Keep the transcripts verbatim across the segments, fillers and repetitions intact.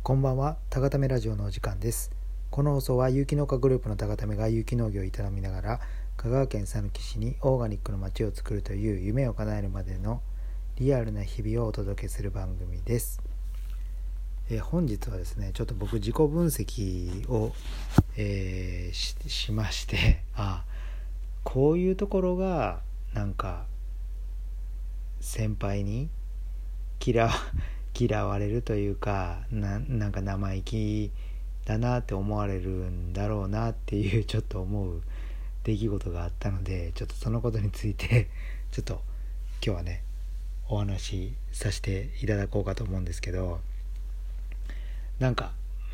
こんばんは、たがためラジオのお時間です。この放送は有機農家グループのたがためが有機農業を営みながら香川県さぬき市にオーガニックの街を作るという夢を叶えるまでのリアルな日々をお届けする番組です。えー、本日はですね、ちょっと僕自己分析を、えー、し, しましてあこういうところがなんか先輩に嫌わ嫌われるというか な, なんか生意気だなって思われるんだろうなっていうちょっと思う出来事があったので、ちょっとそのことについてちょっと今日はねお話しさせていただこうかと思うんですけど、なんかうー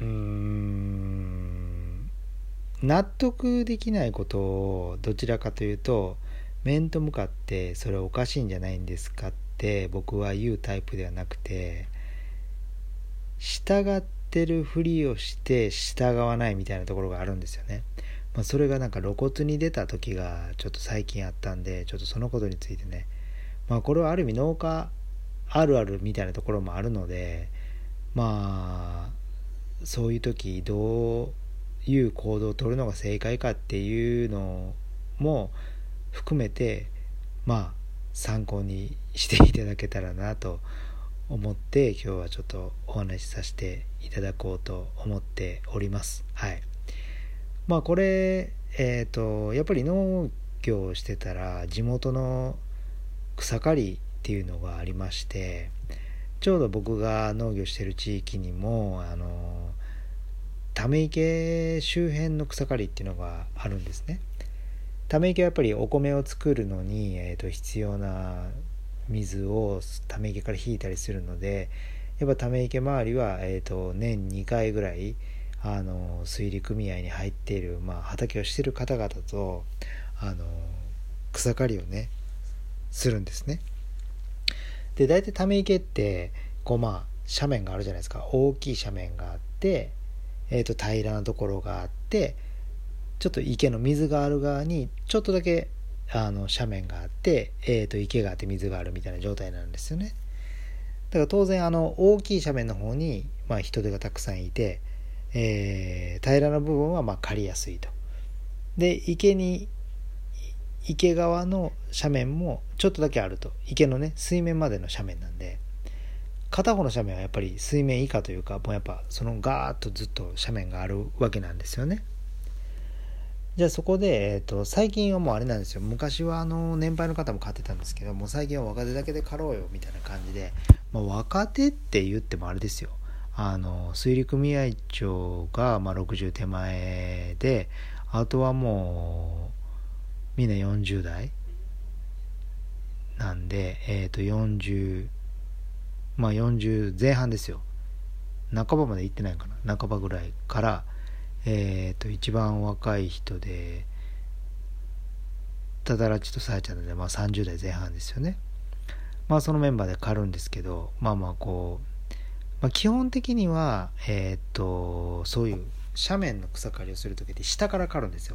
ん納得できないことをどちらかというと面と向かってそれおかしいんじゃないんですかって僕は言うタイプではなくて、従ってるふりをして従わないみたいなところがあるんですよね。まあ、それがなんか露骨に出た時がちょっと最近あったんで、ちょっとそのことについてね、まあこれはある意味農家あるあるみたいなところもあるので、まあそういう時どういう行動を取るのが正解かっていうのも含めて、まあ参考にしていただけたらなと思って今日はちょっとお話しさせていただこうと思っております。はい。まあこれえっとやっぱり農業をしてたら地元の草刈りっていうのがありまして、ちょうど僕が農業してる地域にもあのため池周辺の草刈りっていうのがあるんですね。ため池はやっぱりお米を作るのに、えーと必要な水をため池から引いたりするので、やっぱため池周りは、えーと年にかいぐらいあの水利組合に入っている、まあ、畑をしている方々とあの草刈りをねするんですね。で大体ため池ってこうまあ斜面があるじゃないですか。大きい斜面があって、えーと平らなところがあって、ちょっと池の水がある側にちょっとだけあの斜面があって、えーと池があって水があるみたいな状態なんですよね。だから当然あの大きい斜面の方に、まあ、人手がたくさんいて、えー、平らな部分はまあ刈りやすいと。で池に池側の斜面もちょっとだけあると。池のね水面までの斜面なんで、片方の斜面はやっぱり水面以下というか、もうやっぱそのガーッとずっと斜面があるわけなんですよね。じゃあそこで、えーと、最近はもうあれなんですよ。昔はあの年配の方も買ってたんですけど、もう最近は若手だけで買ろうよみたいな感じで、まあ、若手って言ってもあれですよ。あの水利組合長がまあろくじゅう手前で、あとはもうみんなよんじゅう代なんで、えっとよんじゅう、まあよんじゅう前半ですよ。半ばまで行ってないかな。半ばぐらいから、えっと一番若い人でタダラチとサヤちゃんで、まあ、さんじゅう代前半ですよね。まあそのメンバーで狩るんですけど、まあまあこう、まあ、基本的にはえー、っとそういう斜面の草刈りをするときって下から刈るんですよ。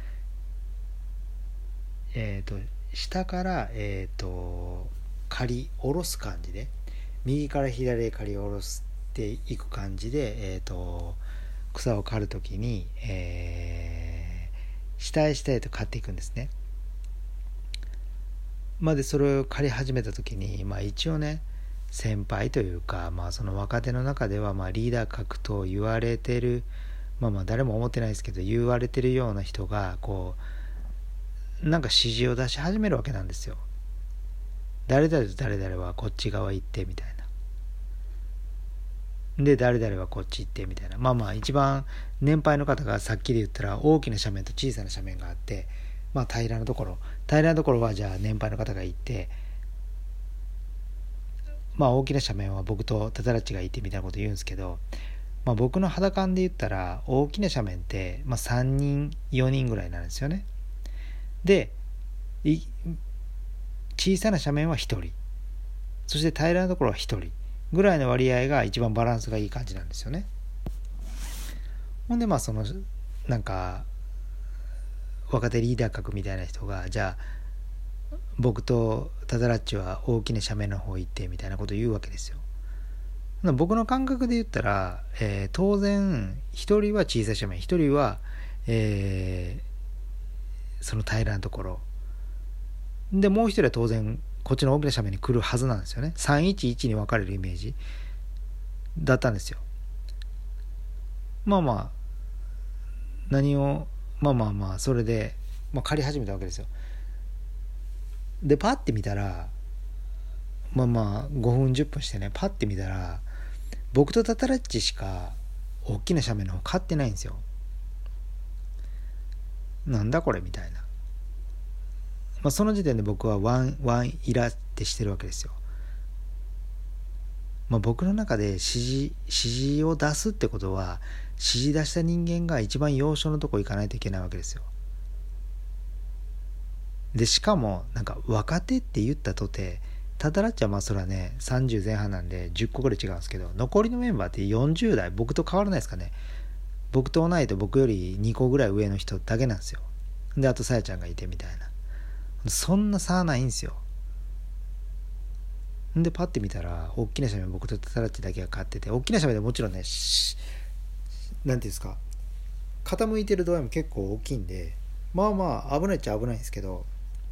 えー、っと下からえー、っと刈り下ろす感じで、右から左へ刈り下ろしていく感じで、えー、っと草を刈るときに、えー、下へ下へと刈っていくんですね。まあ、でそれを借り始めた時に、まあ、一応ね先輩というか、まあ、その若手の中ではまあリーダー格と言われてる、まあまあ誰も思ってないですけど言われてるような人がこうなんか指示を出し始めるわけなんですよ。誰々と誰々はこっち側行ってみたいな、で誰々はこっち行ってみたいな、まあまあ一番年配の方がさっきで言ったら大きな斜面と小さな斜面があって、まあ平らなところ平らなところはじゃあ年配の方が行って、まあ大きな斜面は僕とタタラッチがいてみたいなこと言うんですけど、まあ、僕の肌感で言ったら大きな斜面って、まあ、さんにんよにんぐらいなんですよね。で小さな斜面はひとり、そして平らなところはひとりぐらいの割合が一番バランスがいい感じなんですよね。ほんでまあそのなんか若手リーダー格みたいな人がじゃあ僕とタタラッチは大きな斜面の方行ってみたいなことを言うわけですよ。 僕の感覚で言ったら、えー、当然一人は小さい斜面、一人は、えー、その平らなところで、もう一人は当然こっちの大きな斜面に来るはずなんですよね。さんいちいちに分かれるイメージだったんですよ。まあまあ何をまあまあまあそれで、まあ、借り始めたわけですよ。でパッて見たら、まあまあごふんじゅっぷんしてね、パッて見たら僕とタタラッチしか大きな斜面の方買ってないんですよ。なんだこれみたいな。まあ、その時点で僕はワンワンイラってしてるわけですよ。まあ、僕の中で指示指示を出すってことは、指示出した人間が一番要所のとこ行かないといけないわけですよ。でしかもなんか若手って言ったとて、タタラッチはまあそれはねさんじゅうぜん半なんでじゅっこぐらい違うんですけど、残りのメンバーってよんじゅう代、僕と変わらないですかね。僕と同いと僕よりにこぐらい上の人だけなんですよ。であとさやちゃんがいてみたいな、そんな差はないんですよ。でパッて見たら大きな斜面、僕とタタラッチだけが買ってて、大きな斜面でもちろんね、なんていうんですか、傾いてる度合いも結構大きいんで、まあまあ危ないっちゃ危ないんですけど、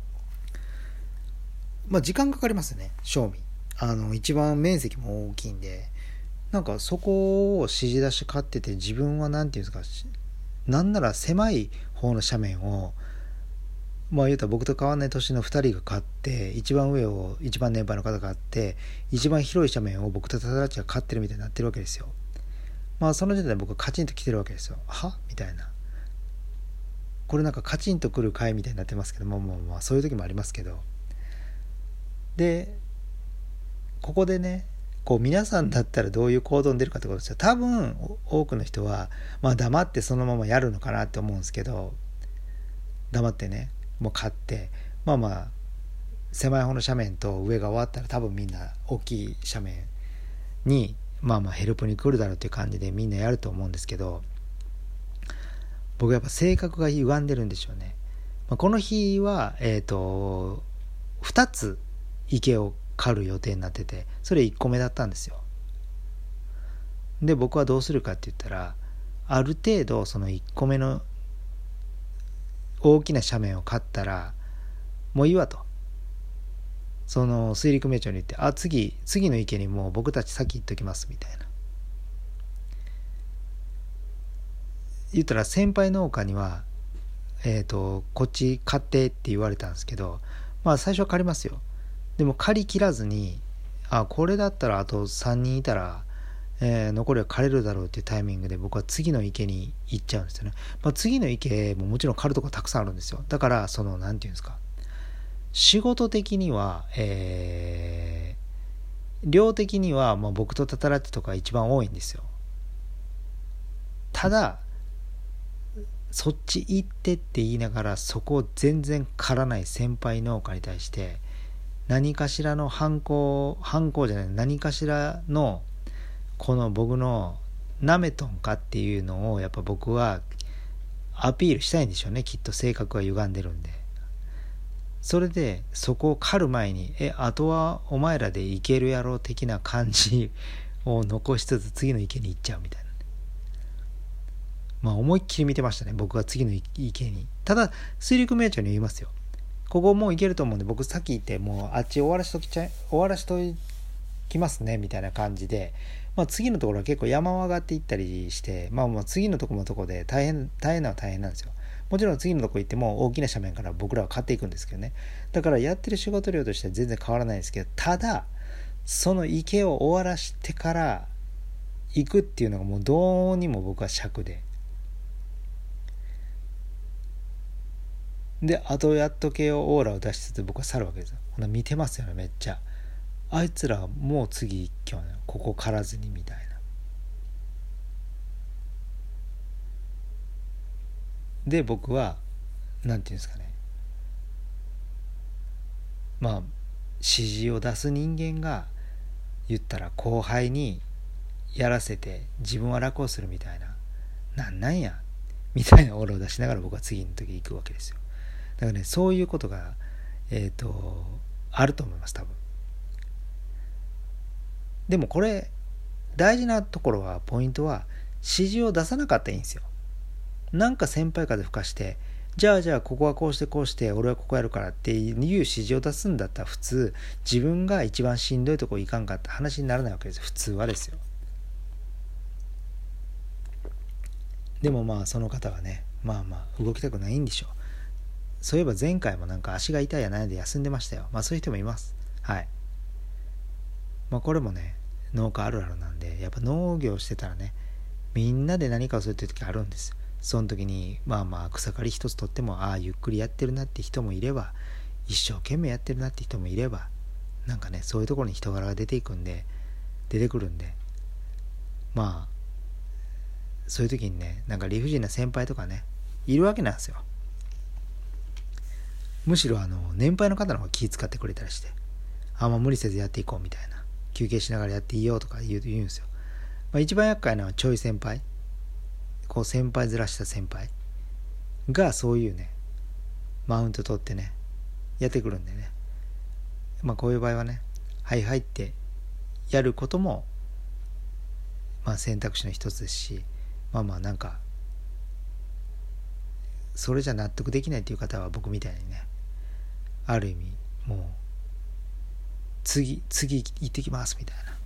まあ時間かかりますね、正味。あの一番面積も大きいんで、なんかそこを指示出して買ってて、自分はなんていうんですか、なんなら狭い方の斜面を、まあ言うたら僕と変わんない年のふたりが買って、一番上を一番年配の方が買って、一番広い斜面を僕とタタラッチが買ってるみたいになってるわけですよ。まあその時点で僕はカチンと来てるわけですよ。はみたいな。これなんかカチンとくる回みたいになってますけども、もうまあそういう時もありますけど。で、ここでね、こう皆さんだったらどういう行動に出るかってことですよ。多分多くの人はまあ黙ってそのままやるのかなって思うんですけど、黙ってね、もう買って、まあまあ狭い方の斜面と上が終わったら多分みんな大きい斜面にまあまあヘルプに来るだろうっていう感じでみんなやると思うんですけど、僕やっぱ性格が歪んでるんでしょうね。まあ、この日はえっとふたつ池を狩る予定になってて、それいっこめだったんですよ。で僕はどうするかって言ったら、ある程度そのいっこめの大きな斜面を買ったらもういいわと、その水陸名町に言って、あ次次の池にもう僕たち先行っときますみたいな言ったら、先輩農家にはえっとこっち買ってって言われたんですけど、まあ最初は借りますよ。でも借り切らずに、あこれだったらあとさんにんいたら、えー、残りは借りるだろうっていうタイミングで僕は次の池に行っちゃうんですよね。まあ、次の池ももちろん借るとこたくさんあるんですよ。だからそのなんていうんですか、仕事的には、えー、量的にはまあ僕とタタラッチとか一番多いんですよ。ただそっち行ってって言いながらそこを全然刈らない先輩農家に対して何かしらの反抗反抗じゃない何かしらのこの僕のなめとんかっていうのをやっぱ僕はアピールしたいんでしょうね。きっと性格が歪んでるんで。それでそこを狩る前に、えあとはお前らでいけるやろ的な感じを残しつつ次の池に行っちゃうみたいな。まあ思いっきり見てましたね、僕は次の池に。ただ水陸名町に言いますよ、ここもう行けると思うんで僕先行ってもうあっち終わらしときちゃ終わらしときますねみたいな感じで、まあ、次のところは結構山を上がっていったりして、まあ、まあ次のところのところで大変大変なのは大変なんですよ。もちろん次のとこ行っても大きな斜面から僕らは買っていくんですけどね。だからやってる仕事量としては全然変わらないですけど、ただその池を終わらしてから行くっていうのがもうどうにも僕は尺で、であとやっとけよオーラを出しつつ僕は去るわけですよ。ほな見てますよね、めっちゃ。あいつらもう次今日ねここ狩らずにみたいな。で僕はなんていうんですかね、まあ指示を出す人間が言ったら後輩にやらせて自分は楽をするみたいな、なんなんやみたいなオーラを出しながら僕は次の時行くわけですよ。だからね、そういうことがえっとあると思います、多分。でもこれ大事なところはポイントは指示を出さなかったらいいんですよ。なんか先輩風吹かしてじゃあじゃあここはこうしてこうして俺はここやるからっていう指示を出すんだったら普通自分が一番しんどいとこ行かんかった話にならないわけですよ、普通はですよ。でもまあその方はねまあまあ動きたくないんでしょう。そういえば前回もなんか足が痛いやないで休んでましたよ。まあそういう人もいます。はい。まあこれもね農家あるあるなんで、やっぱ農業してたらねみんなで何かをするっていう時あるんです。その時にまあまあ草刈り一つとってもああゆっくりやってるなって人もいれば一生懸命やってるなって人もいれば、なんかねそういうところに人柄が出ていくんで出てくるんで、まあそういう時にねなんか理不尽な先輩とかねいるわけなんですよ。むしろあの年配の方の方が気遣ってくれたりして、あんま無理せずやっていこうみたいな、休憩しながらやっていいよとか言う、言うんですよ。まあ、一番厄介なのはちょい先輩、こう先輩ずらした先輩がそういうねマウント取ってねやってくるんでね、まあこういう場合はねはいはいってやることもまあ選択肢の一つですし、まあまあなんかそれじゃ納得できないっていう方は僕みたいにねある意味もう次次行ってきますみたいな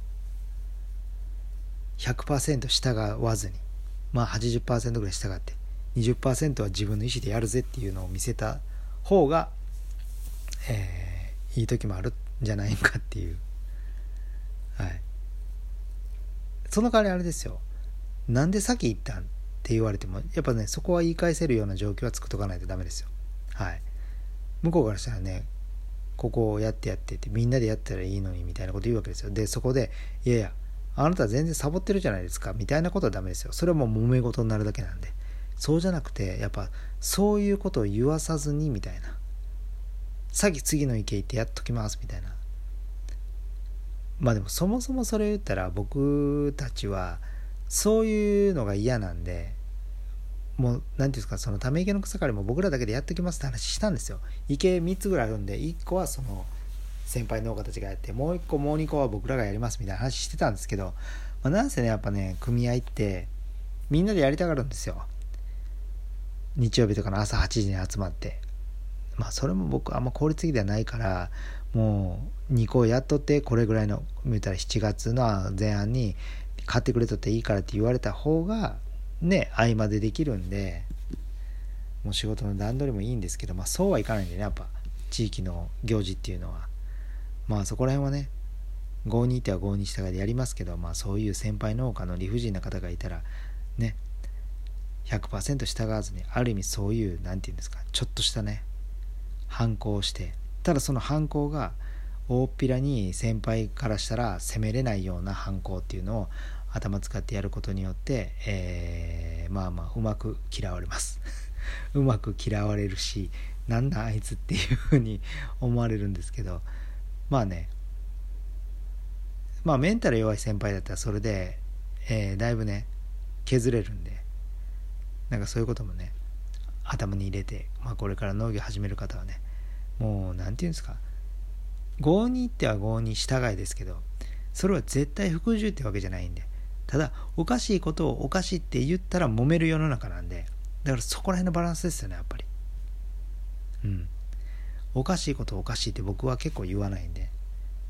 ひゃくパーセント 従わずにまあ はちじゅっパーセント ぐらい従って にじゅっパーセント は自分の意思でやるぜっていうのを見せた方が、えー、いい時もあるんじゃないかっていう。はい。その代わりあれですよ、なんで先行ったんって言われてもやっぱねそこは言い返せるような状況は作っとかないとダメですよ。はい。向こうからしたらねここをやってやってってみんなでやったらいいのにみたいなこと言うわけですよ。でそこでいやいやあなたは全然サボってるじゃないですかみたいなことはダメですよ。それはもう揉め事になるだけなんで、そうじゃなくてやっぱそういうことを言わさずにみたいな、先次の池行ってやっときますみたいな。まあでもそもそもそれ言ったら僕たちはそういうのが嫌なんで、もう何ていうんですか、そのため池の草刈りも僕らだけでやってきますって話したんですよ。池みっつぐらいあるんでいっこはその先輩農家たちがやってもういっこもうにこは僕らがやりますみたいな話してたんですけど、まあ、なんせねやっぱね組合ってみんなでやりたがるんですよ。日曜日とかの朝はちじに集まって、まあそれも僕あんま効率的ではないからもうにこやっとってこれぐらいの見たらしちがつの前半に買ってくれとっていいからって言われた方がね合間でできるんでもう仕事の段取りもいいんですけど、まあそうはいかないんでねやっぱ地域の行事っていうのはまあそこら辺はね郷にいては郷に従いでやりますけど、まあそういう先輩農家の理不尽な方がいたらね ひゃくパーセント 従わずにある意味そういうなんていうんですかちょっとしたね反抗をして、ただその反抗が大っぴらに先輩からしたら責めれないような反抗っていうのを頭使ってやることによって、えー、まあまあうまく嫌われますうまく嫌われるしなんだあいつっていうふうに思われるんですけど、まあねまあメンタル弱い先輩だったらそれで、えー、だいぶね削れるんで、なんかそういうこともね頭に入れて、まあ、これから農業始める方はねもうなんていうんですか郷に行っては郷に従いですけどそれは絶対服従ってわけじゃないんで、ただおかしいことをおかしいって言ったら揉める世の中なんで、だからそこら辺のバランスですよねやっぱり。うんおかしいことをおかしいって僕は結構言わないんで、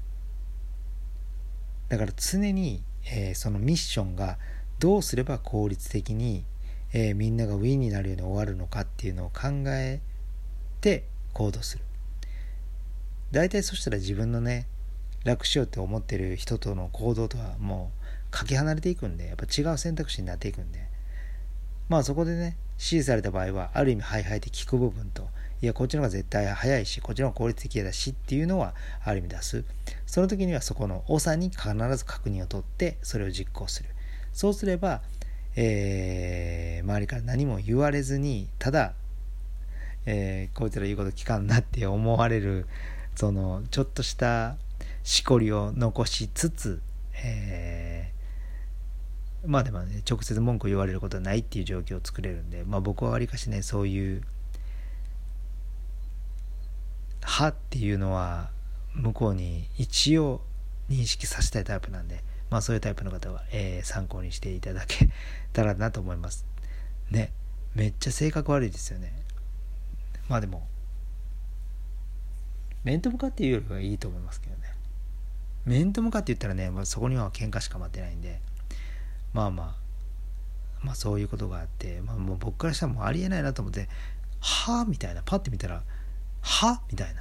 だから常に、えー、そのミッションがどうすれば効率的に、えー、みんながウィンになるように終わるのかっていうのを考えて行動する。大体そしたら自分のね楽しようって思ってる人との行動とはもうかけ離れていくんで、やっぱ違う選択肢になっていくんで、まあそこでね指示された場合はある意味はいはいって聞く部分と、いやこっちの方が絶対早いしこっちの方が効率的だしっていうのはある意味出す。その時にはそこの長に必ず確認を取ってそれを実行する。そうすれば、えー、周りから何も言われずにただ、えー、こいつら言うこと聞かんなって思われるそのちょっとしたしこりを残しつつ、えー、まあでもね直接文句言われることはないっていう状況を作れるんで、まあ僕はわりかしねそういう歯っていうのは向こうに一応認識させたいタイプなんで、 まあそういうタイプの方は、えー、参考にしていただけたらなと思いますね。めっちゃ性格悪いですよね。まあでも面と向かっていうよりはいいと思いますけどね。面と向かって言ったらね、まあ、そこには喧嘩しか待ってないんで、まあまあまあそういうことがあって、まあもう僕からしたらもうありえないなと思って、はぁみたいな、パッて見たらはみたいな、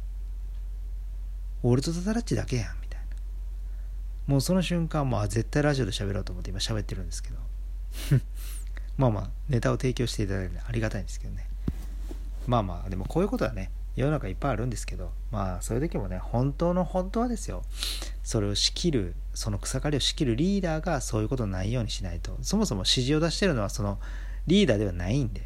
俺とタタラッチだけやんみたいな、もうその瞬間もう絶対ラジオで喋ろうと思って今喋ってるんですけどまあまあネタを提供していただいてありがたいんですけどね。まあまあでもこういうことはね世の中いっぱいあるんですけど、まあそういう時もね、本当の本当はですよ、それを仕切る、その草刈りを仕切るリーダーがそういうことないようにしないと。そもそも指示を出してるのはそのリーダーではないんで、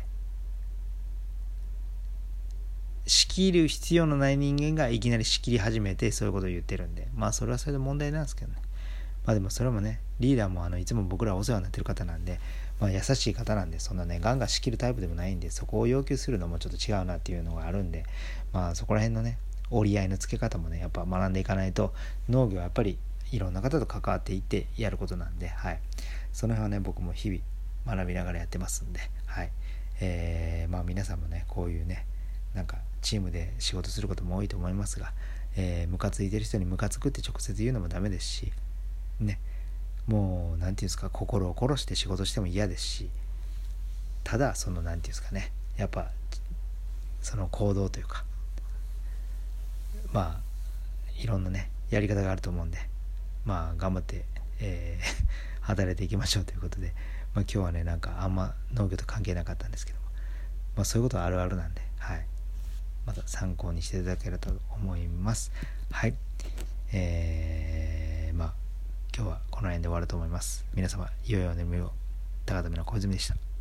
仕切る必要のない人間がいきなり仕切り始めてそういうことを言ってるんで、まあそれはそれで問題なんですけどね。まあでもそれもね、リーダーもあのいつも僕らお世話になってる方なんで、まあ優しい方なんで、そんなねガンガン仕切るタイプでもないんで、そこを要求するのもちょっと違うなっていうのがあるんで、まあそこら辺のね折り合いのつけ方もねやっぱ学んでいかないと。農業はやっぱりいろんな方と関わっていってやることなんで、はい、その辺はね僕も日々学びながらやってますんで、はい、えー、まあ皆さんもねこういうねなんかチームで仕事することも多いと思いますが、えー、ムカついてる人にムカつくって直接言うのもダメですしね、もうなんていうんですか、心を殺して仕事しても嫌ですし、ただそのなんていうんですかね、やっぱその行動というか、まあいろんなねやり方があると思うんで、まあ頑張って、えー、働いていきましょうということで、まあ、今日はねなんかあんま農業と関係なかったんですけども、まあそういうことはあるあるなんで、はい、また参考にしていただければと思います。はい、えー、まあ今日はこの辺で終わると思います。皆様良いお眠りを。高田目の小泉でした。